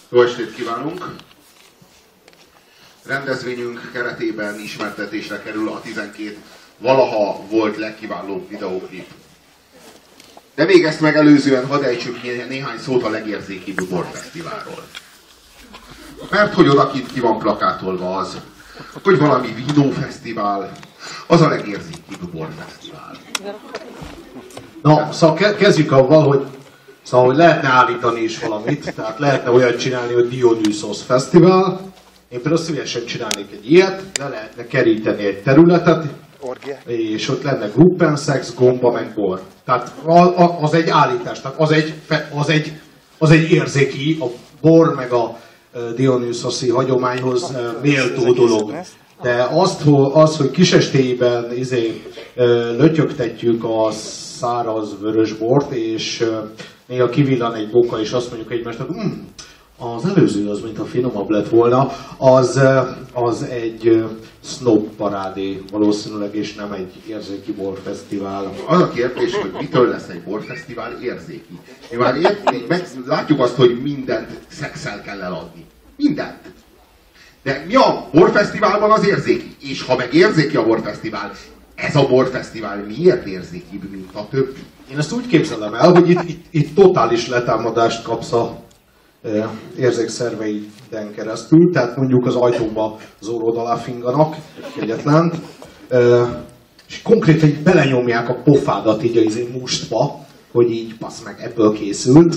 Jó estét kívánunk! Rendezvényünk keretében ismertetésre kerül a 12 valaha volt legkiválóbb videóklip. De még ezt megelőzően hadd ejtsük néhány szót a legérzékibb borfesztiválról. Mert hogy odakint ki van plakátolva az, hogy valami vínófesztivál, az a legérzékibb borfesztivál. Na, szóval kezdjük avval, hogy lehetne állítani is valamit, tehát lehetne olyat csinálni, hogy Dionysos Fesztivál. Én például szívesen csinálnék egy ilyet, le lehetne keríteni egy területet, és ott lenne gruppenszex, gomba, meg bor. Tehát az egy állítás, tehát az egy érzéki, a bor meg a Dionysosi hagyományhoz méltó dolog. De az, hogy kisestélyben lötyögtetjük a száraz vörösbort, és néha kivillan egy boka, és azt mondjuk egymásnak, az előző az, mintha finomabb lett volna, az egy snob parádé valószínűleg, és nem egy érzéki borfesztivál. Az a kérdés, hogy mitől lesz egy borfesztivál érzéki. Mi látjuk azt, hogy mindent szexel kell eladni. Mindent. De mi a borfesztiválban az érzéki? És ha meg érzéki a borfesztivál, ez a borfesztivál miért érzékibb, mint a többi? Én ezt úgy képzelem el, hogy itt totális letámadást kapsz a érzékszerveiden keresztül, tehát mondjuk az ajtóba zórod alá finganak egy kegyetlent, és konkrétan így belenyomják a pofádat így a mustba, hogy így passz meg, ebből készült,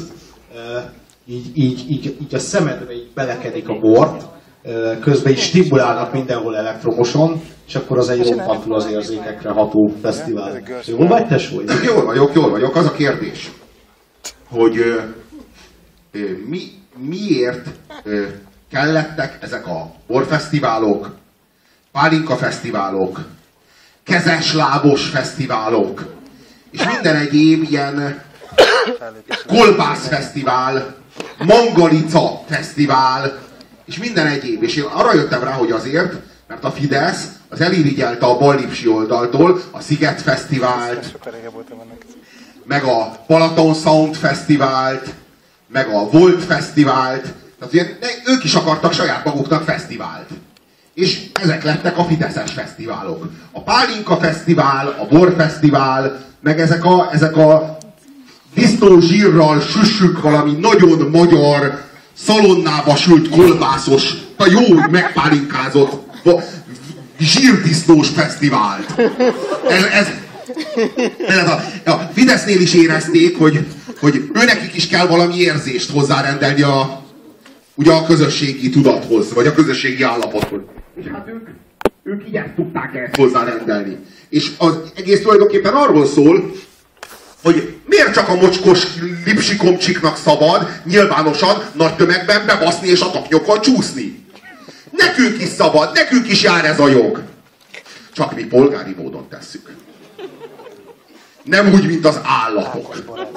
így a szemedbe így belekedik a bort, közben így stimulálnak mindenhol elektromosan, és akkor az egy roppantul az érzékekre ható fesztivál. Jól vagy, tesó? Jól vagyok. Az a kérdés, hogy miért kellettek ezek a borfesztiválok, pálinkafesztiválok, kezeslábos fesztiválok, és minden egyéb ilyen kolbászfesztivál, mangalica fesztivál, és minden egyéb. És én arra jöttem rá, hogy azért, mert a Fidesz az elirigyelte a ballipsi oldaltól a Sziget Fesztivált, meg a Balaton Sound Fesztivált, meg a Volt Fesztivált. Tehát ugye, ők is akartak saját maguknak fesztivált. És ezek lettek a fideszes fesztiválok. A Pálinka Fesztivál, a Bor Fesztivál, meg ezek a disznó zsírral süssük valami nagyon magyar, szalonnába sült kolbászos, a jó megpálinkázott zsírdisznós fesztivált. A Fidesznél is érezték, hogy őnekik is kell valami érzést hozzárendelni a közösségi tudathoz, vagy a közösségi állapothoz. És hát ők így ezt tudták ezt hozzárendelni. És az egész tulajdonképpen arról szól, hogy miért csak a mocskos lipsikomcsiknak szabad nyilvánosan nagy tömegben bebaszni és a taknyokon csúszni. Nekünk is szabad, nekünk is jár ez a jog. Csak mi polgári módon tesszük. Nem úgy, mint az állatok.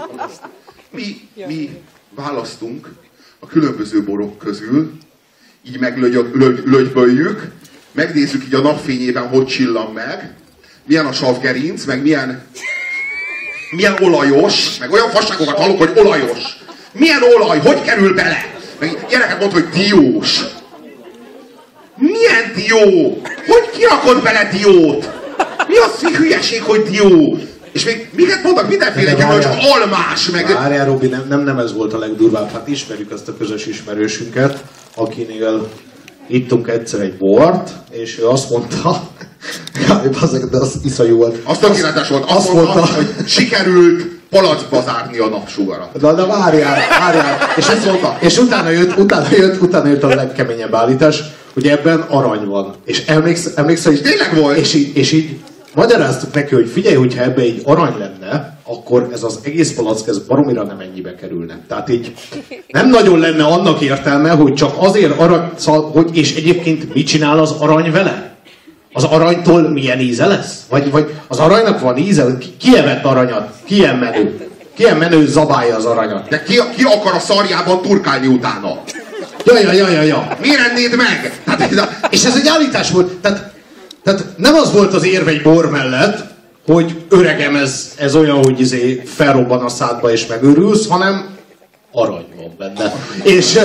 Mi választunk a különböző borok közül, így meglögyböljük, megnézzük így a napfényében, hogy csillan meg, milyen a savgerinc, meg milyen olajos, meg olyan fasságokat hallok, hogy olajos. Milyen olaj, hogy kerül bele? Meg ilyeneket mond, hogy diós. Milyen dió? Hogy kirakod bele diót? Mi az hülyeség, hogy dió? És még miket mondtak? Mindenféle gyümölcs, almás, meg... Várjál, Robi, nem ez volt a legdurvább. Hát ismerjük azt a közös ismerősünket, akinél ittunk egyszer egy bort, és ő azt mondta, de az iszonyú volt. Az tökéletes volt. Azt mondta, hogy sikerült palackba zárni a napsugarat. Na várjál. És ezt mondta. És utána jött a legkeményebb állítás, hogy ebben arany van. És emlékszel, hogy tényleg volt? És így magyaráztuk neki, hogy figyelj, hogyha ebbe egy arany lenne, akkor ez az egész palack, ez baromira nem ennyibe kerülne. Tehát így nem nagyon lenne annak értelme, hogy csak azért arany, hogy és egyébként mit csinál az arany vele? Az aranytól milyen íze lesz? Vagy az aranynak van íze? Ki evett aranyat? Ki menő zabálja az aranyat? De ki akar a szarjában turkálni utána? Ja. Miért ennéd meg? És ez egy állítás volt. Tehát nem az volt az érve egy bor mellett, hogy öregem, ez olyan, hogy felrobban a szádba és megőrülsz, hanem arany van benne. És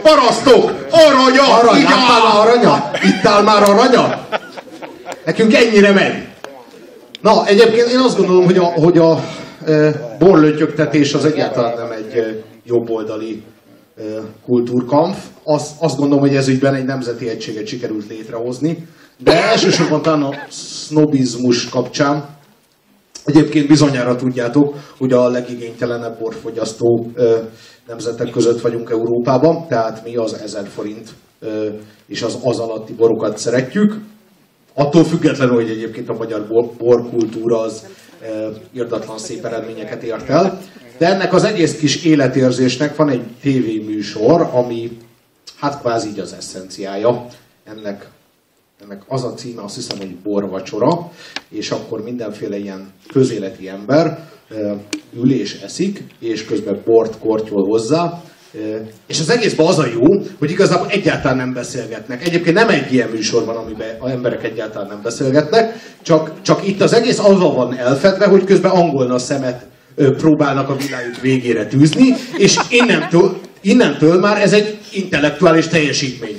Parasztok! Aranya! Arany, ittál már aranya? Nekünk ennyire megy. Na, egyébként én azt gondolom, hogy a borlötyögtetés az egyáltalán nem egy jobboldali kultúrkampf. Azt gondolom, hogy ez ügyben egy nemzeti egységet sikerült létrehozni. De elsősorban talán a sznobizmus kapcsán. Egyébként bizonyára tudjátok, hogy a legigénytelenebb borfogyasztó nemzetek között vagyunk Európában, tehát mi az 1000 forint és az alatti borokat szeretjük. Attól függetlenül, hogy egyébként a magyar borkultúra az irdatlan szép eredményeket ért el. De ennek az egész kis életérzésnek van egy tévéműsor, ami hát kvázi így az eszenciája. Ennek az a címe, azt hiszem, hogy borvacsora, és akkor mindenféle ilyen közéleti ember ül és eszik, és közben bort kortyol hozzá. És az egészben az a jó, hogy igazából egyáltalán nem beszélgetnek. Egyébként nem egy ilyen műsor van, amiben az emberek egyáltalán nem beszélgetnek, csak itt az egész azzal van elfedve, hogy közben angolna szemet próbálnak a világuk végére tűzni, és innentől már ez egy intellektuális teljesítmény.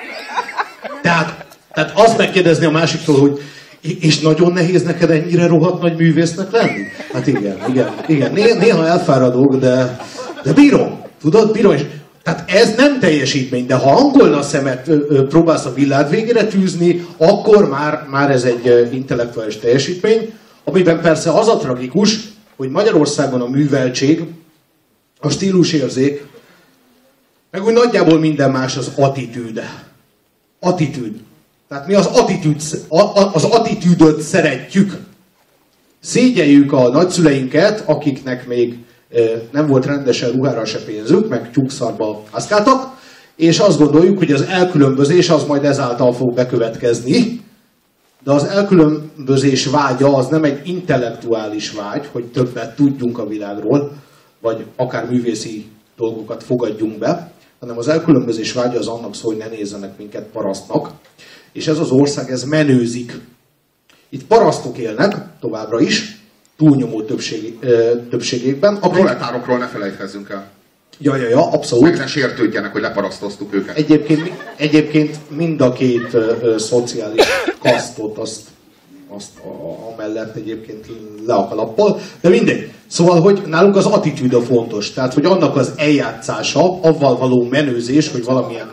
Tehát azt megkérdezni a másiktól, hogy és nagyon nehéz neked ennyire rohadt nagy művésznek lenni? Hát igen. Néha elfáradok, de bírom. Tudod, bírom. Tehát ez nem teljesítmény, de ha angolna szemet próbálsz a világ végére tűzni, akkor már ez egy intellektuális teljesítmény, amiben persze az a tragikus, hogy Magyarországon a műveltség, a stílusérzék, meg úgy nagyjából minden más az attitűd. Attitűd. Tehát mi az attitűdöt szeretjük. Szégyeljük a nagyszüleinket, akiknek még nem volt rendesen ruhára se pénzük, meg tyúkszarba mászkáltak, és azt gondoljuk, hogy az elkülönbözés az majd ezáltal fog bekövetkezni, de az elkülönbözés vágya az nem egy intellektuális vágy, hogy többet tudjunk a világról, vagy akár művészi dolgokat fogadjunk be, hanem az elkülönbözés vágya az annak szól, hogy ne nézzenek minket parasztnak, és ez az ország, ez menőzik. Itt parasztok élnek továbbra is, túlnyomó többségében. A proletárokról ne felejtkezzünk el. Ja, abszolút. Meg ne sértődjenek, hogy leparasztoztuk őket. Egyébként mind a két szociális kasztot, azt amellett egyébként le a kalappal, de mindegy. Szóval, hogy nálunk az attitűd a fontos, tehát, hogy annak az eljátszása, avval való menőzés, hogy valamilyen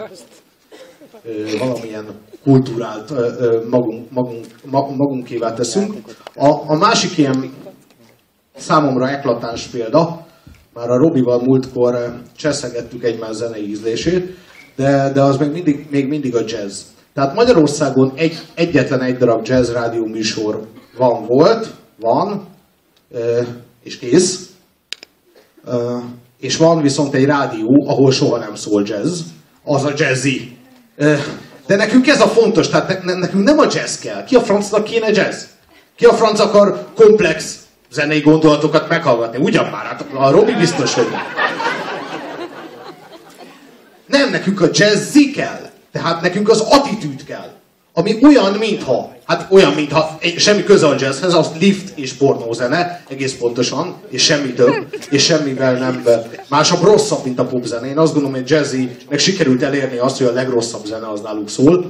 kultúrált magunkévá teszünk. A másik ilyen számomra eklatáns példa, már a Robival múltkor cseszegettük egymás zenei ízlését, de az még mindig a jazz. Tehát Magyarországon egyetlen egy darab jazz rádió műsor van, és kész. És van viszont egy rádió, ahol soha nem szól jazz, az a Jazzy. De nekünk ez a fontos, tehát nekünk nem a jazz kell. Ki a francnak kéne jazz? Ki a franc akar komplex zenei gondolatokat meghallgatni? Ugyan már, hát a Robi biztos, hogy nem, nekünk a jazzy kell. Tehát nekünk az attitűd kell. Ami olyan, mintha semmi köze a jazzhez, az lift és pornózene, egész pontosan, és semmi több, és semmivel nem másabb, rosszabb, mint a popzene. Én azt gondolom, hogy jazzynek sikerült elérni azt, hogy a legrosszabb zene az náluk szól.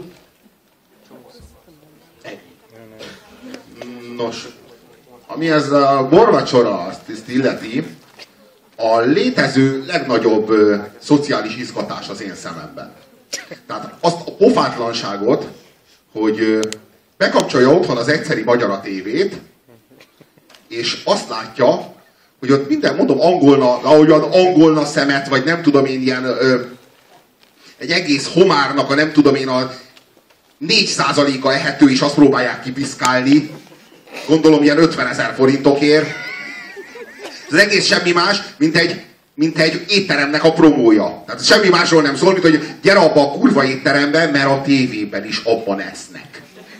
Nos, ami ez a borvacsora azt illeti, a létező legnagyobb szociális izgatás az én szememben. Tehát azt a pofátlanságot, hogy bekapcsolja otthon az egyszeri magyar a tévét, és azt látja, hogy ott minden, mondom, angolna szemet, vagy nem tudom én, ilyen egy egész homárnak a nem tudom én a 4%-a ehető, és azt próbálják kipiszkálni, gondolom ilyen 50 000 forintokért. Az egész semmi más, mint egy étteremnek a promója. Tehát semmi másról nem szól, mint hogy gyere abba a kurva étterembe, mert a tévében is abban esznek.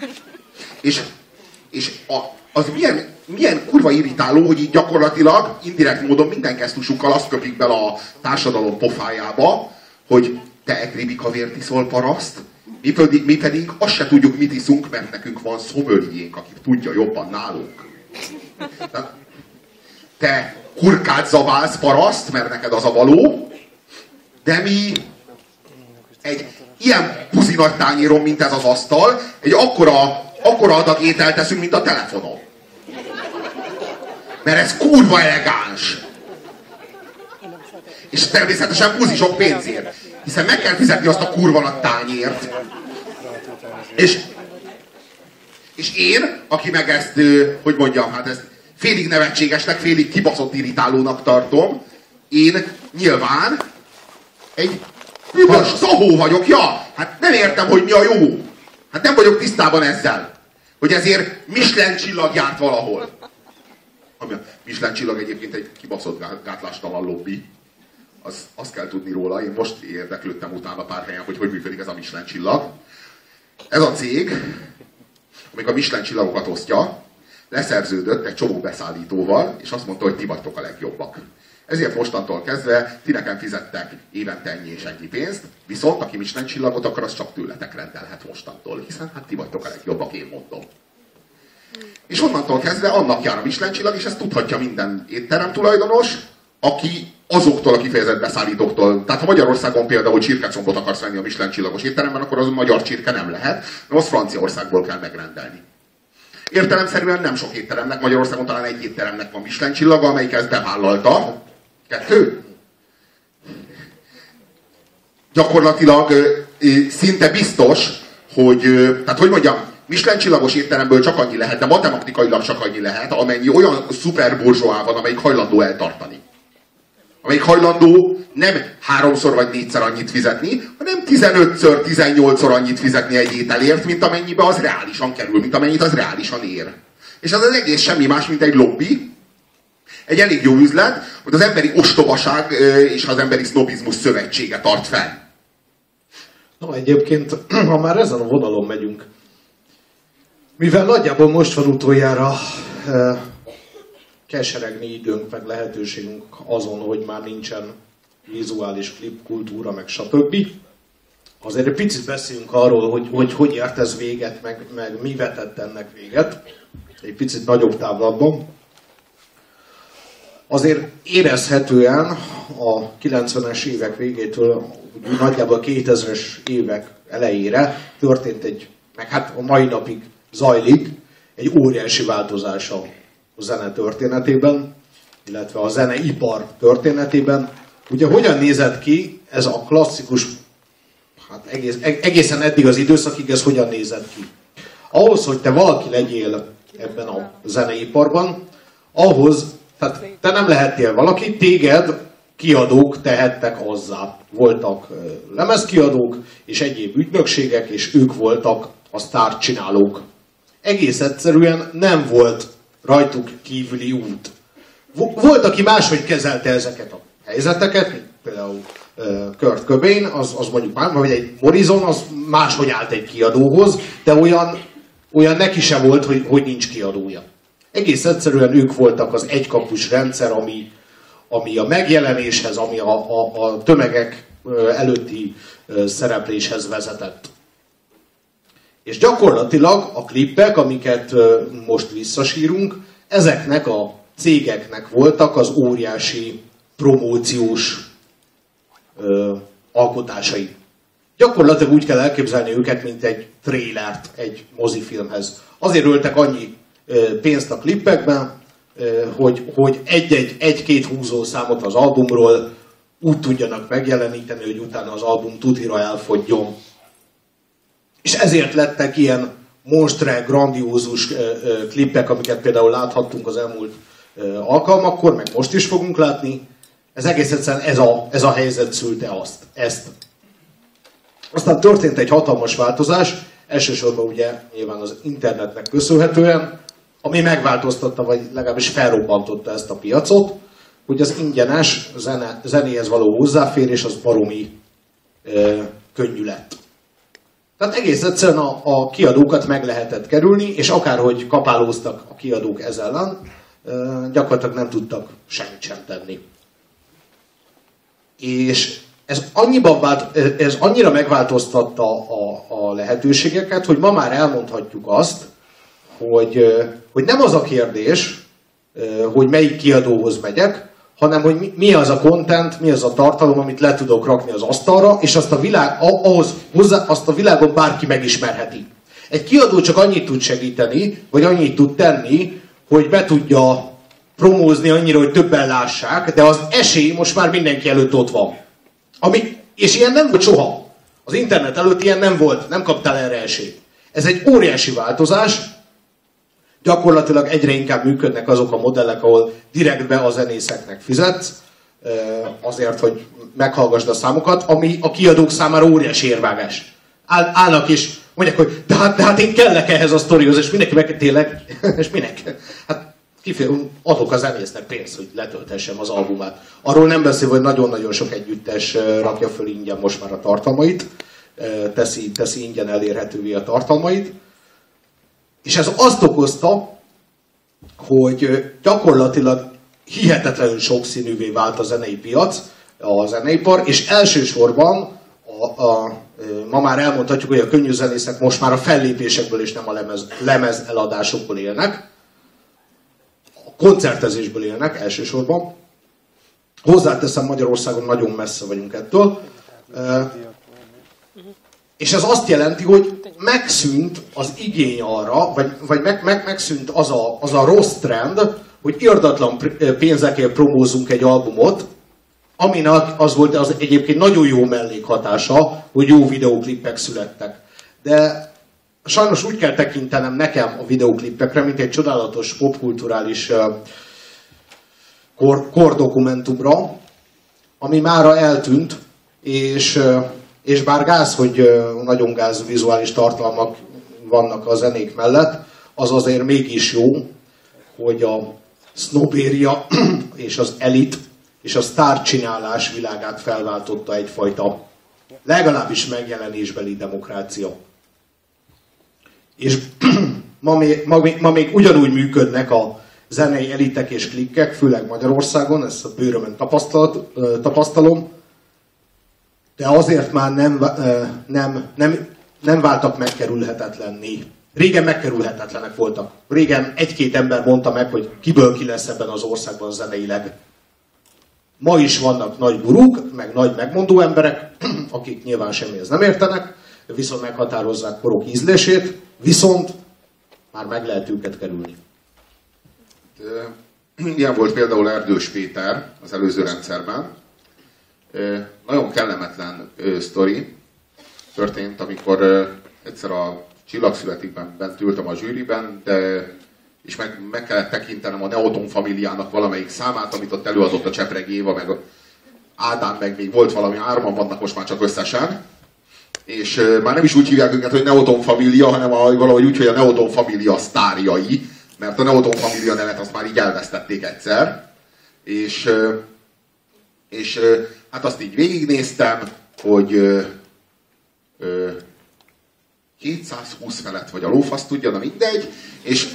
És az milyen kurva irritáló, hogy így gyakorlatilag indirekt módon minden gesztusukkal azt köpik bele a társadalom pofájába, hogy te egribika vért iszol, paraszt, mi pedig azt se tudjuk, mit iszunk, mert nekünk van szomöljénk, akik tudja jobban nálunk. Te kurkát zabálsz, paraszt, mert neked az a való, de egy ilyen puzi nagy tányéron, mint ez az asztal, egy akkora adag ételt teszünk, mint a telefonon. Mert ez kurva elegáns. És természetesen puzi sok pénzért. Hiszen meg kell fizetni azt a kurva nagy tányért. És én, aki meg ezt, hogy mondjam, hát ezt félig nevetségesnek, félig kibaszott irritálónak tartom, én nyilván egy büdös szahó vagyok, ja! Hát nem értem, hogy mi a jó. Hát nem vagyok tisztában ezzel. Hogy ezért Michelin csillag járt valahol. Ami a Michelin csillag egyébként egy kibaszott gátlástalan lobby. Azt kell tudni róla, én most érdeklődtem utána pár helyen, hogy működik ez a Michelin csillag. Ez a cég, amikor a Michelin csillagokat osztja, leszerződött egy csomó beszállítóval, és azt mondta, hogy ti vagytok a legjobbak. Ezért mostantól kezdve ti nekem fizettek évente ennyi és ennyi pénzt, viszont aki Michelin csillagot akar, az csak tőletek rendelhet mostantól, hiszen hát ti vagytok a legjobbak, én mondom. És onnantól kezdve annak jár a Michelin csillag, és ezt tudhatja minden étterem tulajdonos, aki azoktól a kifejezett beszállítóktól, tehát ha Magyarországon például csirkecombot akarsz venni a Michelin csillagos étteremben, akkor az magyar csirke nem lehet, mert azt Franciaországból kell megrendelni. Értelemszerűen nem sok étteremnek, Magyarországon talán egy étteremnek van Michelin csillaga, amelyik ezt bevállalta. 2. Gyakorlatilag szinte biztos, hogy, tehát hogy mondjam, Michelin csillagos étteremből csak annyi lehet, de matematikailag csak annyi lehet, amennyi olyan szuper burzsóá van, amelyik hajlandó eltartani. Amelyik hajlandó nem 3-szor vagy 4-szer annyit fizetni, hanem 15-ször, 18-szor annyit fizetni egy ételért, mint amennyibe az reálisan kerül, mint amennyit az reálisan ér. És az egész semmi más, mint egy lobby, egy elég jó üzlet, hogy az emberi ostobaság és az emberi sznobizmus szövetsége tart fenn. No, egyébként, ha már ezen a vonalon megyünk, mivel nagyjából most van utoljára keseregni időnk, meg lehetőségünk azon, hogy már nincsen vizuális klipkultúra, meg stb. Azért egy picit beszéljünk arról, hogy ért ez véget, meg mi vetett ennek véget. Egy picit nagyobb távlatban. Azért érezhetően a 90-es évek végétől nagyjából 2000-es évek elejére történt meg hát a mai napig zajlik egy óriási változás a zene történetében, illetve a zeneipar történetében. Ugye hogyan nézett ki ez a klasszikus, hát egészen eddig az időszakig ez hogyan nézett ki? Ahhoz, hogy te valaki legyél ebben a zeneiparban, ahhoz, tehát te nem lehettél valaki, téged kiadók tehettek azzá. Voltak lemezkiadók és egyéb ügynökségek, és ők voltak a sztárcsinálók. Egész egyszerűen nem volt rajtuk kívüli út. Volt, aki máshogy kezelte ezeket a helyzeteket, mint például Kurt Cobain, az mondjuk már, vagy egy Morrison, az máshogy állt egy kiadóhoz, de olyan neki sem volt, hogy nincs kiadója. Egész egyszerűen ők voltak az egykapus rendszer, ami a megjelenéshez, ami a tömegek előtti szerepléshez vezetett. És gyakorlatilag a klippek, amiket most visszasírunk, ezeknek a cégeknek voltak az óriási promóciós alkotásai. Gyakorlatilag úgy kell elképzelni őket, mint egy trélert egy mozifilmhez. Azért öltek annyi pénzt a klippekben, hogy egy-két húzószámot az albumról úgy tudjanak megjeleníteni, hogy utána az album tutira elfogjon. És ezért lettek ilyen monstre, grandiózus klippek, amiket például láthattunk az elmúlt alkalmakkor, meg most is fogunk látni. Ez egész egyszerűen ez a helyzet szülte ezt. Aztán történt egy hatalmas változás, elsősorban ugye nyilván az internetnek köszönhetően, ami megváltoztatta, vagy legalábbis felrobbantotta ezt a piacot, hogy az ingyenes zenéhez való hozzáférés az baromi könnyű lett. Tehát egész egyszerűen a kiadókat meg lehetett kerülni, és akárhogy kapálóztak a kiadók ez ellen, gyakorlatilag nem tudtak semmit sem tenni. És ez annyira megváltoztatta a lehetőségeket, hogy ma már elmondhatjuk azt, hogy nem az a kérdés, hogy melyik kiadóhoz megyek, hanem hogy mi az a content, mi az a tartalom, amit le tudok rakni az asztalra, és azt azt a világon bárki megismerheti. Egy kiadó csak annyit tud segíteni, vagy annyit tud tenni, hogy be tudja promózni annyira, hogy többen lássák, de az esély most már mindenki előtt ott van. És ilyen nem volt soha. Az internet előtt ilyen nem volt, nem kaptál erre esélyt. Ez egy óriási változás, gyakorlatilag egyre inkább működnek azok a modellek, ahol direktbe a zenészeknek fizetsz, azért, hogy meghallgassd a számokat, ami a kiadók számára óriási érvágás. Állnak is, mondják, hogy de hát én kellek ehhez a sztorihoz, és mindenki meg tényleg, és minek? Hát adok a zenésznek pénzt, hogy letöltessem az albumát. Arról nem beszél, hogy nagyon-nagyon sok együttes rakja föl ingyen most már a tartalmait, teszi ingyen elérhetővé a tartalmait. És ez azt okozta, hogy gyakorlatilag hihetetlenül sokszínűvé vált a zenei piac, a zeneipar, és elsősorban ma már elmondhatjuk, hogy a könnyű zenészek most már a fellépésekből és nem a lemez eladásokból élnek, a koncertezésből élnek elsősorban. Hozzáteszem, Magyarországon nagyon messze vagyunk ettől. És ez azt jelenti, hogy megszűnt az igény arra, vagy megszűnt az a rossz trend, hogy irdatlan pénzekért promózunk egy albumot, aminek az volt az egyébként nagyon jó mellékhatása, hogy jó videóklipek születtek. De sajnos úgy kell tekintenem nekem a videóklipekre, mint egy csodálatos popkulturális kordokumentumra, ami mára eltűnt, és bár gáz, hogy nagyon gáz vizuális tartalmak vannak a zenék mellett, az azért mégis jó, hogy a sznobéria és az elit és a sztárcsinálás világát felváltotta egyfajta, legalábbis megjelenésbeli demokrácia. És ma még ugyanúgy működnek a zenei elitek és klikkek, főleg Magyarországon, ezt a bőrömön tapasztalom, de azért már nem váltak megkerülhetetlenné. Régen megkerülhetetlenek voltak. Régen egy-két ember mondta meg, hogy kiből ki lesz ebben az országban zeneileg. Ma is vannak nagy gurúk, meg nagy megmondó emberek, akik nyilván semmihez nem értenek, viszont meghatározzák korok ízlését, viszont már meg lehet őket kerülni. Ilyen volt például Erdős Péter az előző rendszerben. Nagyon kellemetlen sztori történt, amikor egyszer a Csillagszületikben bent ültem a zsűriben, és meg kellett tekintenem a Neoton Familiának valamelyik számát, amit ott előadott a Csepreg Éva, meg a Ádám, meg még volt valami, 3-an vannak most már csak összesen. És már nem is úgy hívják őket, hogy Neoton Familia, hanem valahogy úgy, hogy a Neoton Familia sztárjai, mert a Neoton Familia nevet azt már így elvesztették egyszer. És hát azt így végignéztem, hogy 220 felett vagy a lófasz tudja, na mindegy, és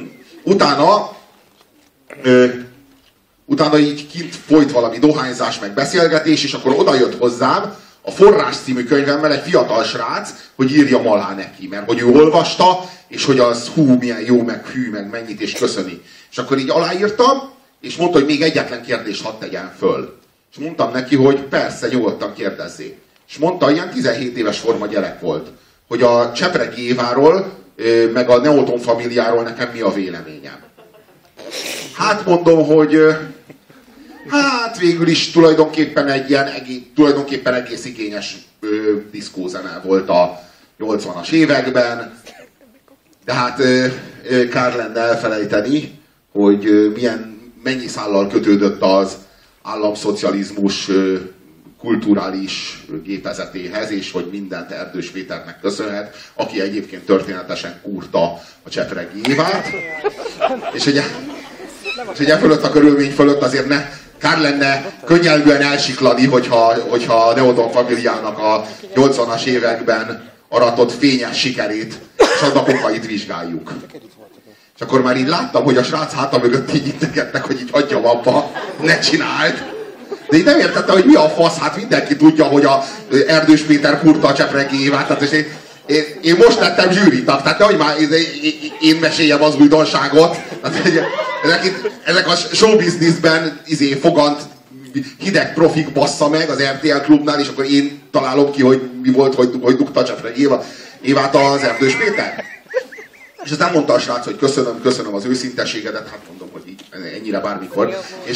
utána így kint folyt valami dohányzás, meg beszélgetés, és akkor oda jött hozzám a Forrás című könyvemmel egy fiatal srác, hogy írjam alá neki, mert hogy ő olvasta, és hogy az milyen jó, meg hű, meg mennyit, és köszöni. És akkor így aláírtam, és mondta, hogy még egyetlen kérdést hadd tegyen föl. És mondtam neki, hogy persze, nyugodtan kérdezzék. És mondta, ilyen 17 éves forma gyerek volt, hogy a Csepreg Éváról, meg a Neoton Familiáról nekem mi a véleményem. Hát mondom, hogy hát végül is tulajdonképpen egész igényes diszkózene volt a 80-as években, de hát kár lenne elfelejteni, hogy mennyi szállal kötődött az államszocializmus kulturális gépezetéhez, és hogy mindent Erdős Péternek köszönhet, aki egyébként történetesen kúrta a Csepreg Évát. És ugye fölött a körülmény fölött azért kár lenne könnyelműen elsiklani, hogyha a Neoton Familiának a 80-as években aratott fényes sikerét és a napokait vizsgáljuk. És akkor már így láttam, hogy a srác háta mögött így integetnek, hogy így hagyjam abba, ne csináld. De így nem értette, hogy mi a fasz, hát mindenki tudja, hogy a Erdős Péter kurta a Csepreg Évát, tehát és én most lettem zsűritag, tehát nehogy már én meséljem az újdonságot. Tehát, Ezek a showbusinessben fogant hideg profik bassza meg az RTL klubnál, és akkor én találom ki, hogy mi volt, hogy dugta Csepreg Évát az Erdős Péter. És aztán mondta a srác, hogy köszönöm az őszinteségedet, hát mondom, hogy így, ennyire bármikor. És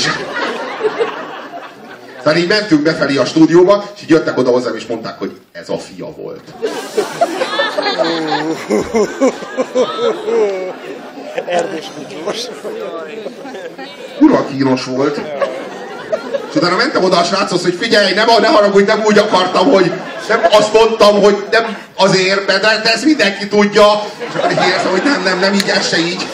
aztán így mentünk befelé a stúdióba, és így jöttek oda hozzám, és mondták, hogy ez a fia volt. Erdős Miklós. Kurva kínos volt. És utána mentem oda a sráchoz, hogy figyelj, ne haragudj, nem úgy akartam, hogy nem azt mondtam, hogy nem azért, de ezt mindenki tudja. És akkor így éreztem, hogy nem így, ez se így.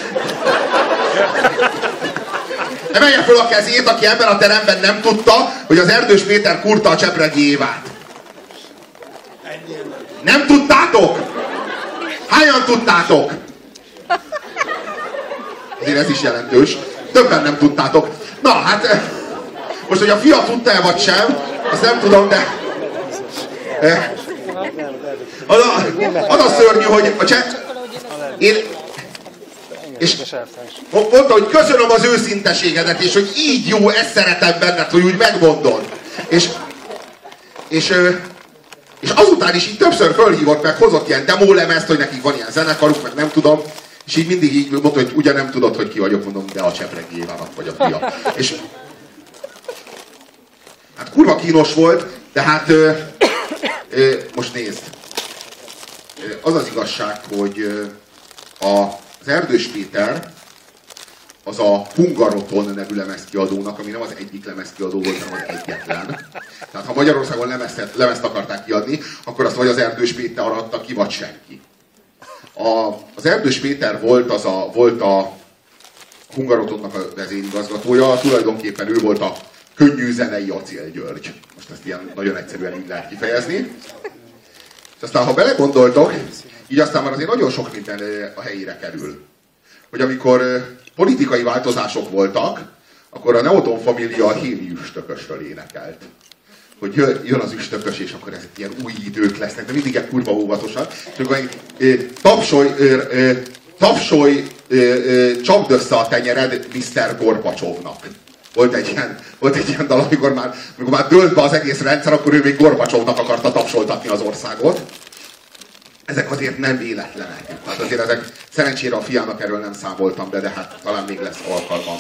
Emelje föl a kezét, aki ebben a teremben nem tudta, hogy az Erdős Péter kurta a Csepregi Évát. Nem tudtátok? Hányan tudtátok? Azért ez is jelentős. Többen nem tudtátok. Na, hát most, hogy a fia tudta-e vagy sem, azt nem tudom, de az a szörnyű, hogy és mondta, hogy köszönöm az őszinteségedet, és hogy így jó, ezt szeretem benned, hogy úgy megmondod. És azután is így többször fölhívott meg, hozott ilyen demólemezt, hogy nekik van ilyen zenekaruk, meg nem tudom, és így mindig így mondta, hogy ugye nem tudod, hogy ki vagyok, mondom, de a Csepregi Évának vagy a fia. És hát kurva kínos volt, de hát most nézd. Az az igazság, hogy az Erdős Péter az a Hungaroton nevű lemezkiadónak, ami nem az egyik lemezkiadó volt, hanem az egyetlen. Tehát ha Magyarországon lemezt akarták kiadni, akkor azt vagy az Erdős Péter adta ki, vagy senki. Az Erdős Péter volt a Hungarotonnak a vezérigazgatója, tulajdonképpen ő volt a könnyű zenei Acél György. Most ezt ilyen nagyon egyszerűen így lehet kifejezni. És aztán, ha belegondoltok, így aztán már azért nagyon sok minden a helyére kerül. Hogy amikor politikai változások voltak, akkor a Neoton Família a Héli üstökösről énekelt. Hogy jön az üstökös, és akkor ezek ilyen új idők lesznek, de mindig ilyen kurva óvatosan. És akkor tapsolj, csapd össze a tenyered Mr. Gorbacsovnak. Volt egy ilyen dal, amikor már dőlt be az egész rendszer, akkor ő még Gorbacsovnak akarta tapsoltatni az országot. Ezek azért nem véletlenek. Tehát azért ezek, szerencsére a fiának erről nem számoltam be, de hát talán még lesz alkalmam.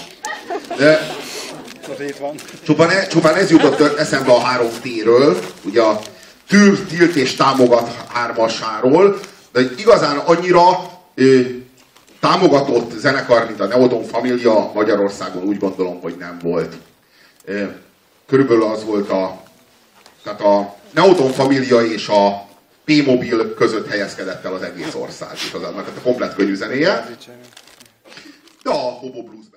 Csupán ez jutott eszembe a 3T-ről, ugye a tűr, tilt és támogat hármasáról, de igazán annyira támogatott zenekar, mint a Neoton Família Magyarországon úgy gondolom, hogy nem volt. Körülbelül az volt tehát a Neoton Família és a P-Mobil között helyezkedett el az egész ország, és az annak a komplett könnyű zenéje. De a Hobo Bluesben.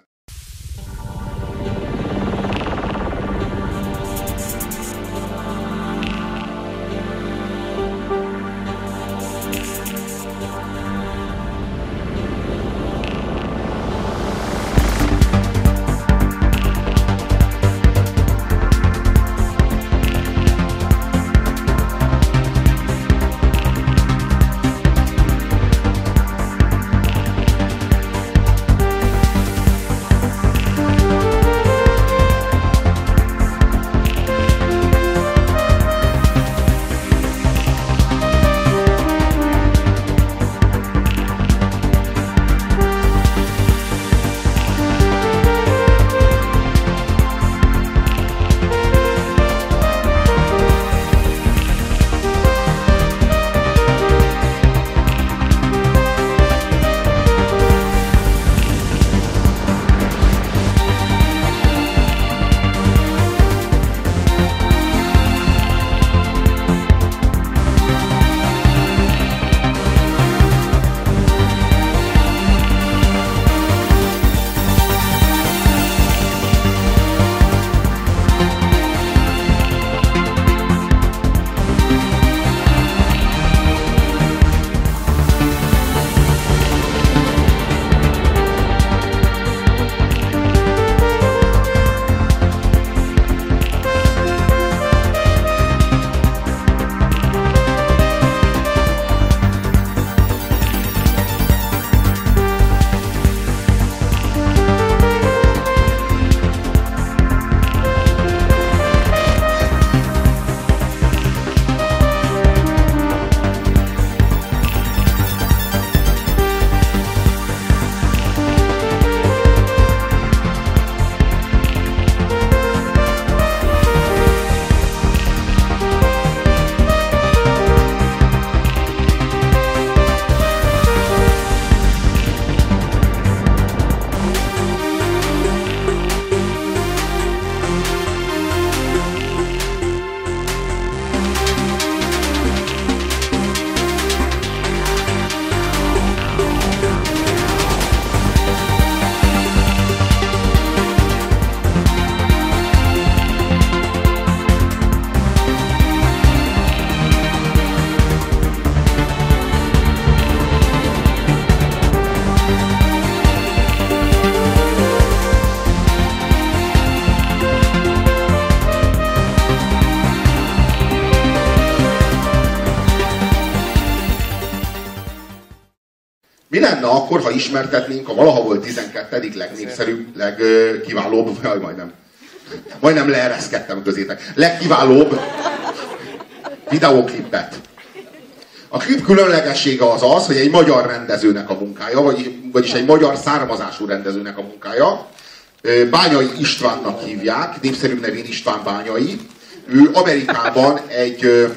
Mi lenne akkor, ha ismertetnénk a valaha volt 12. legnépszerűbb, legkiválóbb, majdnem leereszkedtem közétek, legkiválóbb videóklipet. A klip különlegessége az az, hogy egy magyar rendezőnek a munkája, vagyis egy magyar származású rendezőnek a munkája. Bányai Istvánnak hívják, népszerűbb nevén István Bányai. Ő Amerikában egy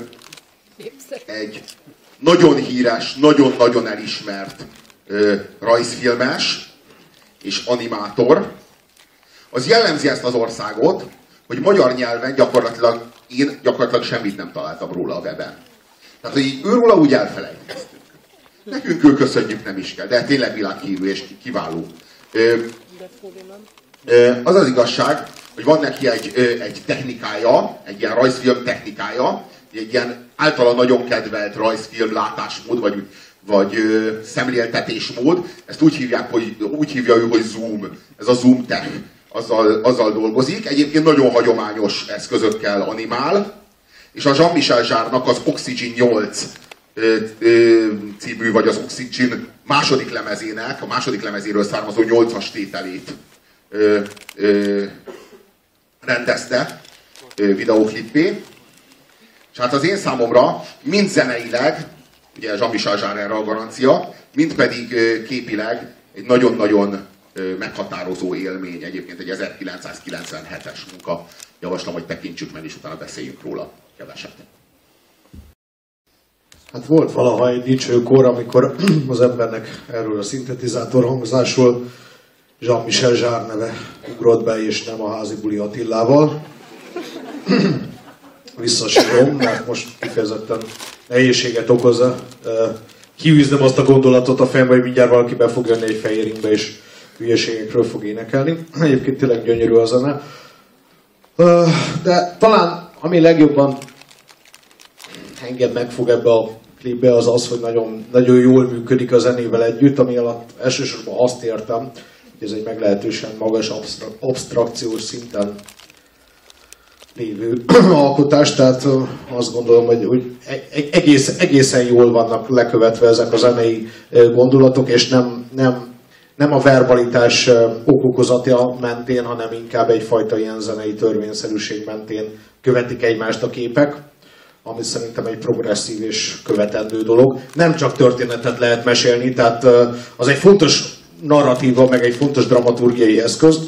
nagyon híres, nagyon-nagyon elismert rajzfilmes és animátor. Az jellemzi ezt az országot, hogy magyar nyelven gyakorlatilag semmit nem találtam róla a weben. Tehát, hogy őróla úgy elfelejtkeztünk. Nekünk ő köszönjük, nem is kell, de tényleg világhírű és kiváló. Az az igazság, hogy van neki egy technikája, egy ilyen rajzfilm technikája, egy ilyen általa nagyon kedvelt rajzfilm látásmód, vagy szemléltetésmód. Ezt úgy hívja ő, hogy Zoom. Ez a Zoom Tech. Azzal dolgozik. Egyébként nagyon hagyományos eszközökkel animál. És a Jean-Michel Jarre-nak az Oxygen 8 című, vagy az Oxygen második lemezének, a második lemezéről származó 8-as tételét rendezte videóklipé. És hát az én számomra mind zeneileg, ugye Jean-Michel Jarre erre a garancia, mind pedig képileg egy nagyon-nagyon meghatározó élmény. Egyébként egy 1997-es munka. Javaslom, hogy tekintsük meg, és utána beszéljünk róla keveset. Hát volt valaha egy dicső kor, amikor az embernek erről a szintetizátor hangzásról Jean-Michel Jarre neve ugrott be, és nem a Házi Buli Attilával. Visszasírom, mert most kifejezetten nehézséget okozza. Kiűznem azt a gondolatot a fejembe, hogy mindjárt valaki be fog jönni egy fehér ingbe, és hülyeségekről fog énekelni. Egyébként tényleg gyönyörű a zene. De talán ami legjobban engem megfog ebbe a klipbe, az az, hogy nagyon, nagyon jól működik a zenével együtt, ami alatt elsősorban azt értem, hogy ez egy meglehetősen magas absztrakciós szinten lévő alkotás, tehát azt gondolom, hogy egészen jól vannak lekövetve ezek a zenei gondolatok, és nem a verbalitás okokozatja mentén, hanem inkább egyfajta ilyen zenei törvényszerűség mentén követik egymást a képek, ami szerintem egy progresszív és követendő dolog. Nem csak történetet lehet mesélni, tehát az egy fontos narratíva, meg egy fontos dramaturgiai eszköz,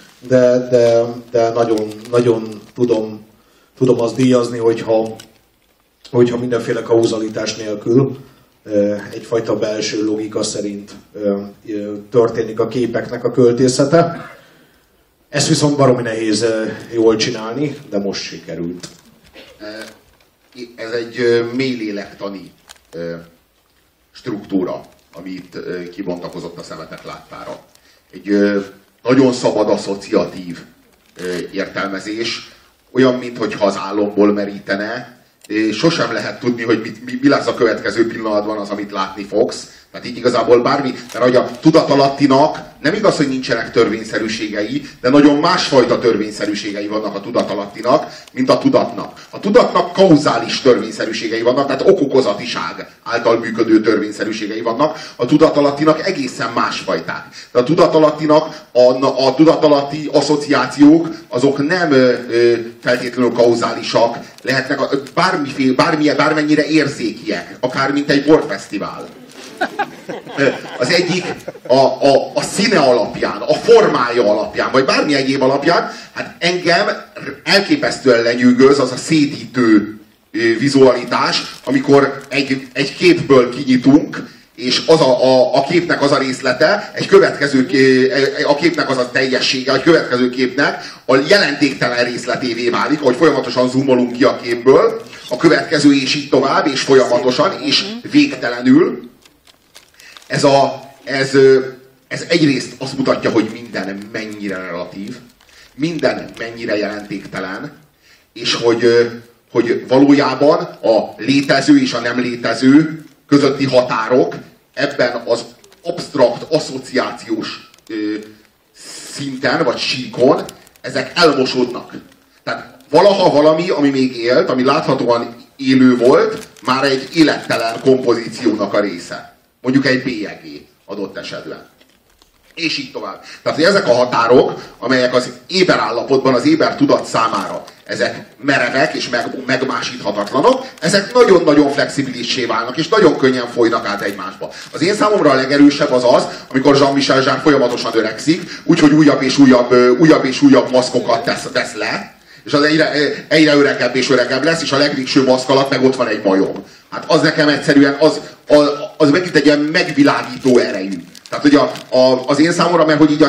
de nagyon, nagyon tudom azt díjazni, hogyha mindenféle kauzalitás nélkül egyfajta belső logika szerint történik a képeknek a költészete. Ezt viszont baromi nehéz jól csinálni, de most sikerült. Ez egy mélylélektani struktúra, amit kibontakozott a szemetek láttára. Egy nagyon szabad asszociatív értelmezés, olyan, mintha az álomból merítene. Sosem lehet tudni, hogy mi lesz a következő pillanatban az, amit látni fogsz. Tehát így igazából bármi, mert hogy a tudatalattinak nem igaz, hogy nincsenek törvényszerűségei, de nagyon másfajta törvényszerűségei vannak a tudatalattinak, mint a tudatnak. A tudatnak kauzális törvényszerűségei vannak, tehát okokozatiság által működő törvényszerűségei vannak, a tudatalattinak egészen másfajták. De a tudatalattinak, a tudatalatti asszociációk, azok nem feltétlenül kauzálisak, lehetnek bármennyire érzékiek, akár mint egy borfesztivál. Az egyik a színe alapján, a formája alapján, vagy bármi egyéb alapján, hát engem elképesztően lenyűgöz az a szédítő vizualitás, amikor egy képből kinyitunk, és az a képnek az a részlete, a képnek az a teljessége, a következő képnek a jelentéktelen részletévé válik, ahogy folyamatosan zoomolunk ki a képből, a következő és így tovább, és folyamatosan, és végtelenül. Ez egyrészt azt mutatja, hogy minden mennyire relatív, minden mennyire jelentéktelen, és hogy valójában a létező és a nem létező közötti határok ebben az absztrakt, asszociációs szinten, vagy síkon, ezek elmosódnak. Tehát valaha valami, ami még élt, ami láthatóan élő volt, már egy élettelen kompozíciónak a része. Mondjuk egy bélyegé. adott esetben. És így tovább. Tehát, hogy ezek a határok, amelyek az éber állapotban, az éber tudat számára, ezek merevek és megmásíthatatlanok, ezek nagyon-nagyon flexibilissé válnak, és nagyon könnyen folynak át egymásba. Az én számomra a legerősebb az, amikor Jean-Michel Jarre folyamatosan öregszik, úgyhogy újabb és újabb maszkokat tesz le, és az egyre öregebb és öregebb lesz, és a legvégső maszk alatt meg ott van egy majom. Hát az nekem egyszerűen, az megint egy ilyen megvilágító erejű. Tehát, hogy az én számomra, mert hogy így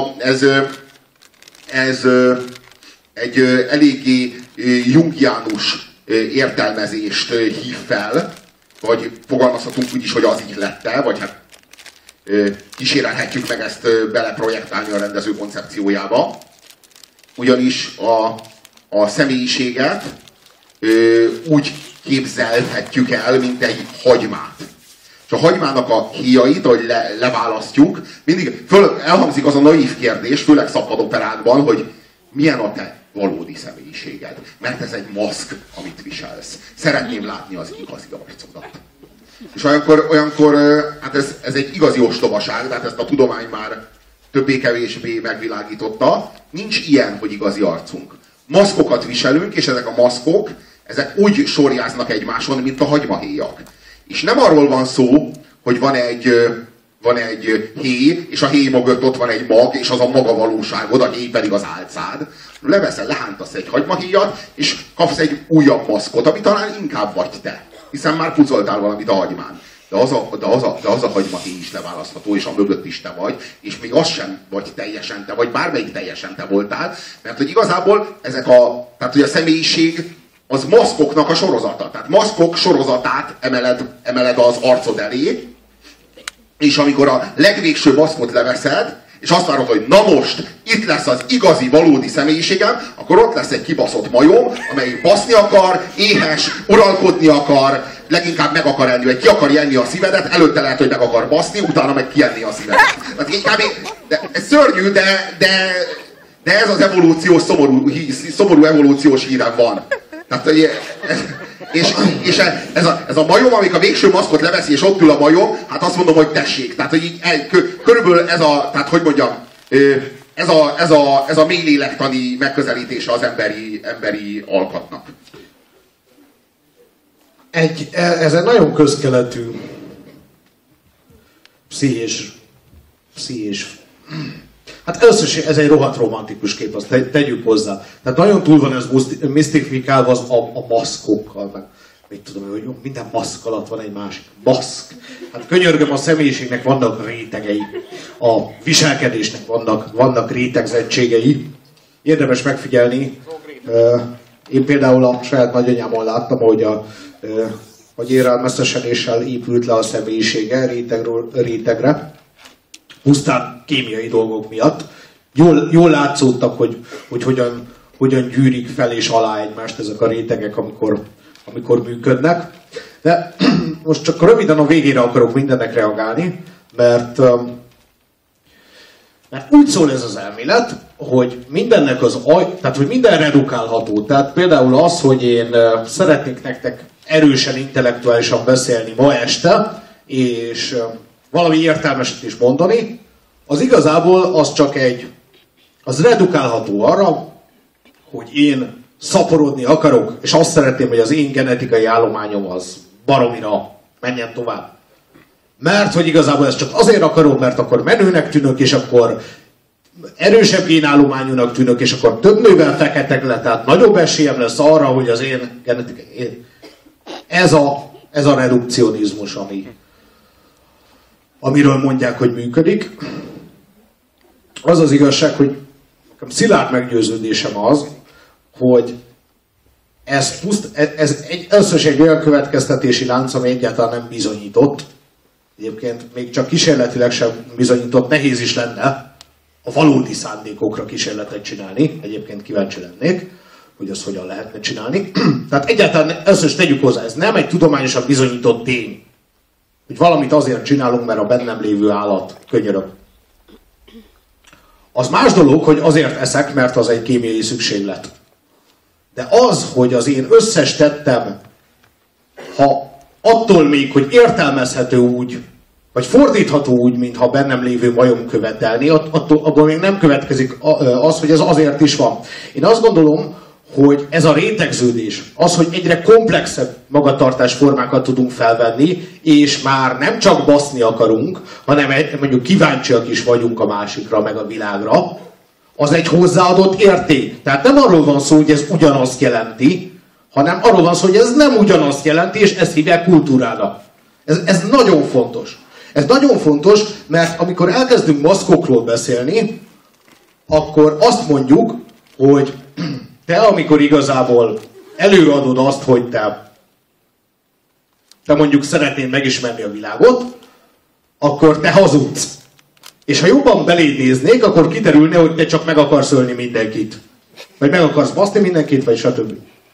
ez egy eléggé jungiánus értelmezést hív fel, vagy fogalmazhatunk úgy is, hogy az ihlette, vagy hát kísérelhetjük meg ezt beleprojektálni a rendező koncepciójába. Ugyanis a személyiséget úgy képzelhetjük el, mint egy hagymát. És a hagymának a héjait, ahogy leválasztjuk, mindig elhangzik az a naív kérdés, főleg szabadoperákban, hogy milyen a te valódi személyiséged. Mert ez egy maszk, amit viselsz. Szeretném látni az igazi arcodat. És olyankor hát ez egy igazi ostobaság, tehát ezt a tudomány már többé-kevésbé megvilágította. Nincs ilyen, hogy igazi arcunk. Maszkokat viselünk, és ezek a maszkok, ezek úgy sorjáznak egymáson, mint a hagymahéjak. És nem arról van szó, hogy van egy héj, és a héj mögött ott van egy mag, és az a maga valóságod, a héj pedig az álcád. Lehántasz egy hagymahéjat, és kapsz egy újabb maszkot, ami talán inkább vagy te. Hiszen már pucoltál valamit a hagymán. De az a hagymahéj is leválasztható, és a mögött is te vagy, és még az sem vagy teljesen te, vagy bármelyik teljesen te voltál, mert hogy igazából tehát hogy a személyiség az maszkoknak a sorozata. Tehát maszkok sorozatát emeled az arcod elé, és amikor a legvégső maszkot leveszed, és azt várod, hogy na most, itt lesz az igazi, valódi személyiségem, akkor ott lesz egy kibaszott majom, amely baszni akar, éhes, uralkodni akar, leginkább meg akar enni, vagy ki akar enni a szívedet, előtte lehet, hogy meg akar baszni, utána meg kienni a szívedet. Ez szörnyű, de ez az evolúciós, szomorú evolúciós hírem van. Tehát, és ez a majom, amik a végső maszkot leveszi, és ott ül a majom, hát azt mondom, hogy tessék. Tehát, hogy így, körülbelül tehát hogy mondjam, ez a mély lélektani megközelítése az emberi alkatnak. Ez egy nagyon közkeletű pszichés. Hát először is ez egy rohadt romantikus kép, azt tegyük hozzá. Tehát nagyon túl van ez misztifikálva a maszkokkal, meg mit tudom, hogy minden maszk alatt van egy másik maszk. Hát könyörgöm, a személyiségnek vannak rétegei, a viselkedésnek vannak rétegzettségei. Érdemes megfigyelni. Én például a saját nagyanyámon láttam, hogy érelmeszesedéssel épült le a személyisége rétegről rétegre. Pusztán kémiai dolgok miatt. Jól látszódtak, hogy hogyan gyűrik fel és alá egymást ezek a rétegek, amikor működnek. De most csak röviden a végére akarok mindennek reagálni, mert úgy szól ez az elmélet, hogy mindennek tehát hogy minden redukálható. Tehát például az, hogy én szeretnék nektek erősen, intellektuálisan beszélni ma este, és valami értelmeset is mondani, az igazából az redukálható arra, hogy én szaporodni akarok, és azt szeretném, hogy az én genetikai állományom az baromira menjen tovább. Mert hogy igazából ezt csak azért akarom, mert akkor menőnek tűnök, és akkor erősebb génállományúnak tűnök, és akkor több nővel feketek le, tehát nagyobb esélyem lesz arra, hogy az én genetikai... Ez a redukcionizmus, amiről mondják, hogy működik. Az az igazság, hogy szilárd meggyőződésem az, hogy ez először is egy olyan következtetési lánc, ami egyáltalán nem bizonyított. Egyébként még csak kísérletileg sem bizonyított, nehéz is lenne a valódi szándékokra kísérletet csinálni. Egyébként kíváncsi lennék, hogy azt hogyan lehetne csinálni. Tehát egyáltalán először is tegyük hozzá, ez nem egy tudományosan bizonyított tény, hogy valamit azért csinálunk, mert a bennem lévő állat könyörög. Az más dolog, hogy azért eszek, mert az egy kémiai szükséglet. De az, hogy az én összes tettem, ha attól még, hogy értelmezhető úgy, vagy fordítható úgy, mintha bennem lévő majom követelné, abból még nem következik az, hogy ez azért is van. Én azt gondolom, hogy ez a rétegződés, az, hogy egyre komplexebb magatartásformákat tudunk felvenni, és már nem csak baszni akarunk, hanem mondjuk kíváncsiak is vagyunk a másikra, meg a világra, az egy hozzáadott érték. Tehát nem arról van szó, hogy ez ugyanazt jelenti, hanem arról van szó, hogy ez nem ugyanazt jelenti, és ezt hívják kultúrának. Ez nagyon fontos. Ez nagyon fontos, mert amikor elkezdünk maszkokról beszélni, akkor azt mondjuk, hogy te, amikor igazából előadod azt, hogy te mondjuk szeretnéd megismerni a világot, akkor te hazudsz. És ha jobban beléd néznék, akkor kiderülne, hogy te csak meg akarsz ölni mindenkit. Vagy meg akarsz baszni mindenkit, vagy stb.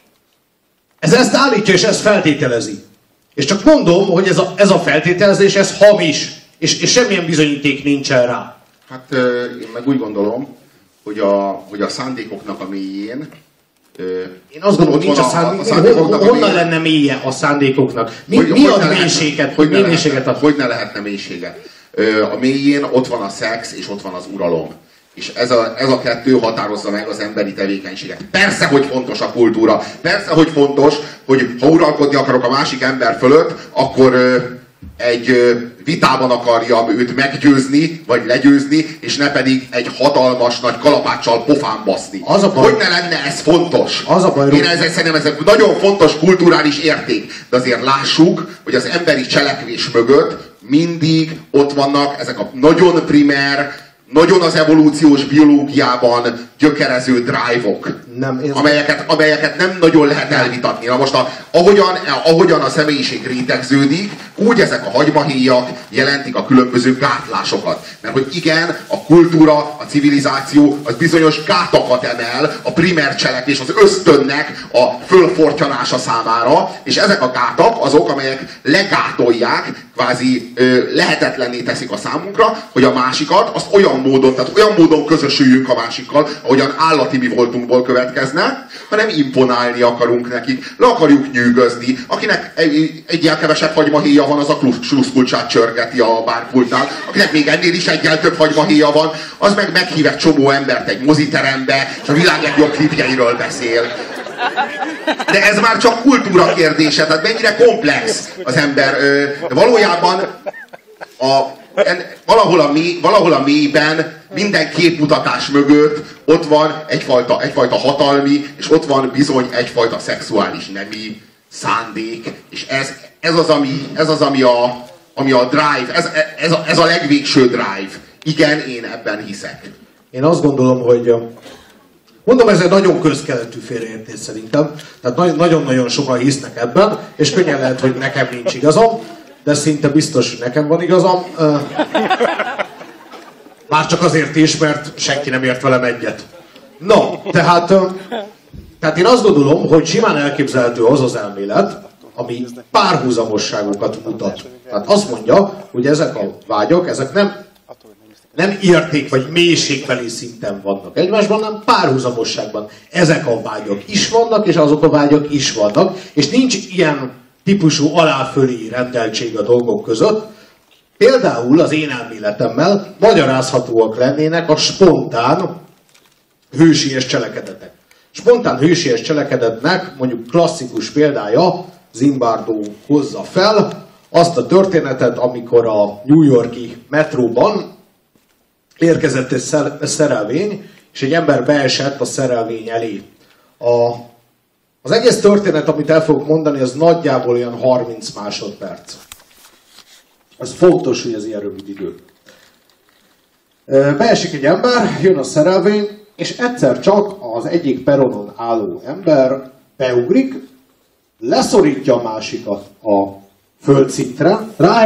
Ez ezt állítja, és ezt feltételezi. És csak mondom, hogy ez a feltételezés, ez hamis. És semmilyen bizonyíték nincsen rá. Hát én meg úgy gondolom, hogy a szándékoknak a mélyén... Én azt gondolom, nincs a szándékoknak. Honnan lenne mélye a szándékoknak? Mi ad mélységet? Hogy ne lehetne mélysége? A mélyén ott van a szex, és ott van az uralom. És ez a kettő határozza meg az emberi tevékenységet. Persze, hogy fontos a kultúra. Persze, hogy fontos, hogy ha uralkodni akarok a másik ember fölött, akkor egy vitában akarjam őt meggyőzni, vagy legyőzni, és ne pedig egy hatalmas nagy kalapáccsal pofán baszni. Hogy ne lenne ez fontos? Én szerintem ez egy nagyon fontos kulturális érték. De azért lássuk, hogy az emberi cselekvés mögött mindig ott vannak ezek a nagyon primer, nagyon az evolúciós biológiában gyökerező drive-ok, amelyeket nem nagyon lehet elvitatni. Na most, ahogyan a személyiség rétegződik, úgy ezek a hagymahéjak jelentik a különböző gátlásokat. Mert hogy igen, a kultúra, a civilizáció az bizonyos gátakat emel a primer cselekvés, az ösztönnek a fölfortyanása számára, és ezek a gátak azok, amelyek legátolják, kvázi lehetetlenné teszik a számunkra, hogy a másikat azt olyan módon közösüljünk a másikkal, ahogyan állati mi voltunkból következne, hanem imponálni akarunk nekik, le akarjuk nyűgözni. Akinek egyel kevesebb hagymahéja van, az a sluszkulcsát csörgeti a bárpultnál. Akinek még ennél is egyel több hagymahéja van, az meg meghív egy csomó embert egy moziterembe, és a világ legjobb klipjeiről beszél. De ez már csak kultúra kérdése, tehát mennyire komplex az ember. De valójában valahol a mélyben minden képmutatás mögött ott van egyfajta hatalmi, és ott van bizony egyfajta szexuális nemi szándék, és ez az, ami a drive, ez a legvégső drive. Igen, én ebben hiszek. Én azt gondolom, hogy mondom, ez egy nagyon közkeletű félreértés szerintem. Tehát nagyon-nagyon sokan hisznek ebben, és könnyen lehet, hogy nekem nincs igazam, de szinte biztos, hogy nekem van igazam. Már csak azért is, mert senki nem ért velem egyet. No, tehát én azt gondolom, hogy simán elképzelhető az az elmélet, ami párhuzamosságokat mutat. Tehát azt mondja, hogy ezek a vágyak, ezek nem érték vagy mélységbeli szinten vannak egymásban, hanem párhuzamosságban. Ezek a vágyak is vannak, és azok a vágyak is vannak, és nincs ilyen típusú alá-fölé rendeltség a dolgok között. Például az én elméletemmel magyarázhatóak lennének a spontán hősies cselekedetek. Spontán hősies cselekedetnek mondjuk klasszikus példája Zimbardo hozza fel azt a történetet, amikor a New York-i metróban érkezett egy szerelvény, és egy ember beesett a szerelvény elé. Az egész történet, amit el fogok mondani, az nagyjából olyan 30 másodperc. Ez fontos, hogy ez ilyen rövid idő. Beesik egy ember, jön a szerelvény, és egyszer csak az egyik peronon álló ember beugrik, leszorítja a másikat a földszintre, rá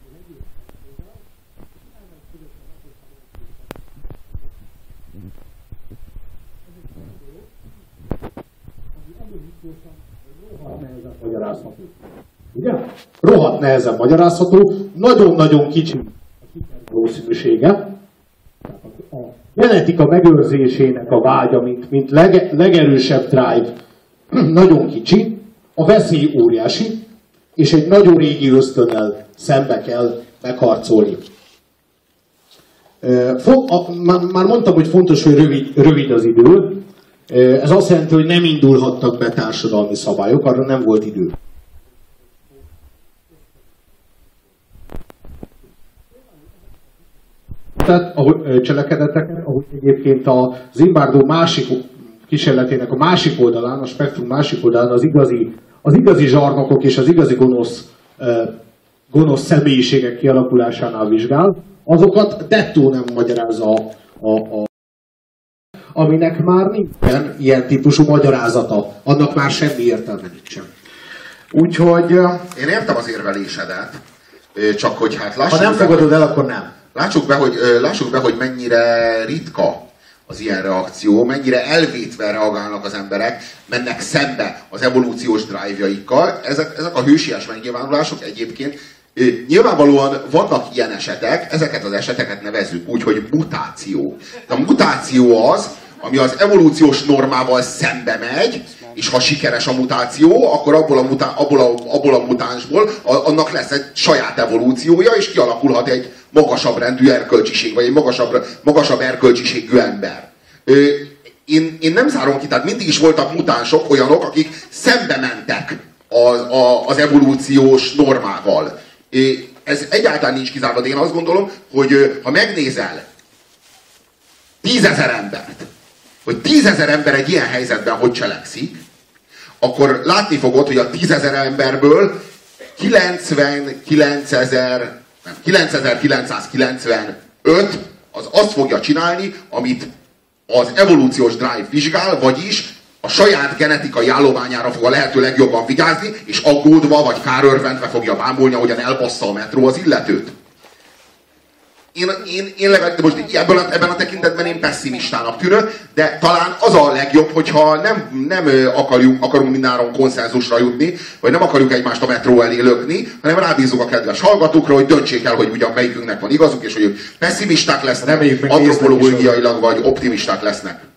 ugye? Rohadt nehezen magyarázható, nagyon-nagyon kicsi a valószínűsége. A genetika megőrzésének a vágya, mint legerősebb drive, nagyon kicsi, a veszély óriási, és egy nagyon régi ösztönnel szembe kell megharcolni. Már mondtam, hogy fontos, hogy rövid az idő. Ez azt jelenti, hogy nem indulhattak be társadalmi szabályok, arra nem volt idő. Tehát cselekedeteket, ahogy egyébként a Zimbardo másik kísérletének a másik oldalán, a spektrum másik oldalán az igazi zsarnokok és az igazi gonosz személyiségek kialakulásánál vizsgál, azokat dettó nem magyarázza aminek már nincsen ilyen típusú magyarázata. Annak már semmi értelme nincsen. Úgyhogy... Én értem az érvelésedet, csak hogy hát lássuk... Ha nem fogadod el, akkor nem. Lássuk be, hogy mennyire ritka az ilyen reakció, mennyire elvétve reagálnak az emberek, mennek szembe az evolúciós drive-jaikkal. Ezek a hősies megnyilvánulások egyébként nyilvánvalóan vannak ilyen esetek, ezeket az eseteket nevezzük úgy, hogy mutáció. A mutáció az, ami az evolúciós normával szembe megy, és ha sikeres a mutáció, akkor abból a mutánsból annak lesz egy saját evolúciója, és kialakulhat egy magasabb rendű erkölcsiség, vagy egy magasabb erkölcsiségű ember. Én nem zárom ki, tehát mindig is voltak mutánsok, olyanok, akik szembe mentek az evolúciós normával. Ez egyáltalán nincs kizárva, de én azt gondolom, hogy ha megnézel 10 000 embert, hogy 10 000 ember egy ilyen helyzetben hogy cselekszik, akkor látni fogod, hogy a 10 000 emberből 9995 az azt fogja csinálni, amit az evolúciós drive vizsgál, vagyis a saját genetikai állományára fog a lehető legjobban vigyázni, és aggódva vagy kárörvendve fogja bámulni, ahogyan elbassza a metró az illetőt. Én legalább most ebben a tekintetben én pessimistának tűnök, de talán az a legjobb, hogyha nem akarunk mindenáron konszenzusra jutni, vagy nem akarjuk egymást a metró elé lökni, hanem rábízunk a kedves hallgatókra, hogy döntsék el, hogy ugyan melyikünknek van igazuk, és hogy ők pessimisták lesznek, antropológiailag vagy optimisták lesznek.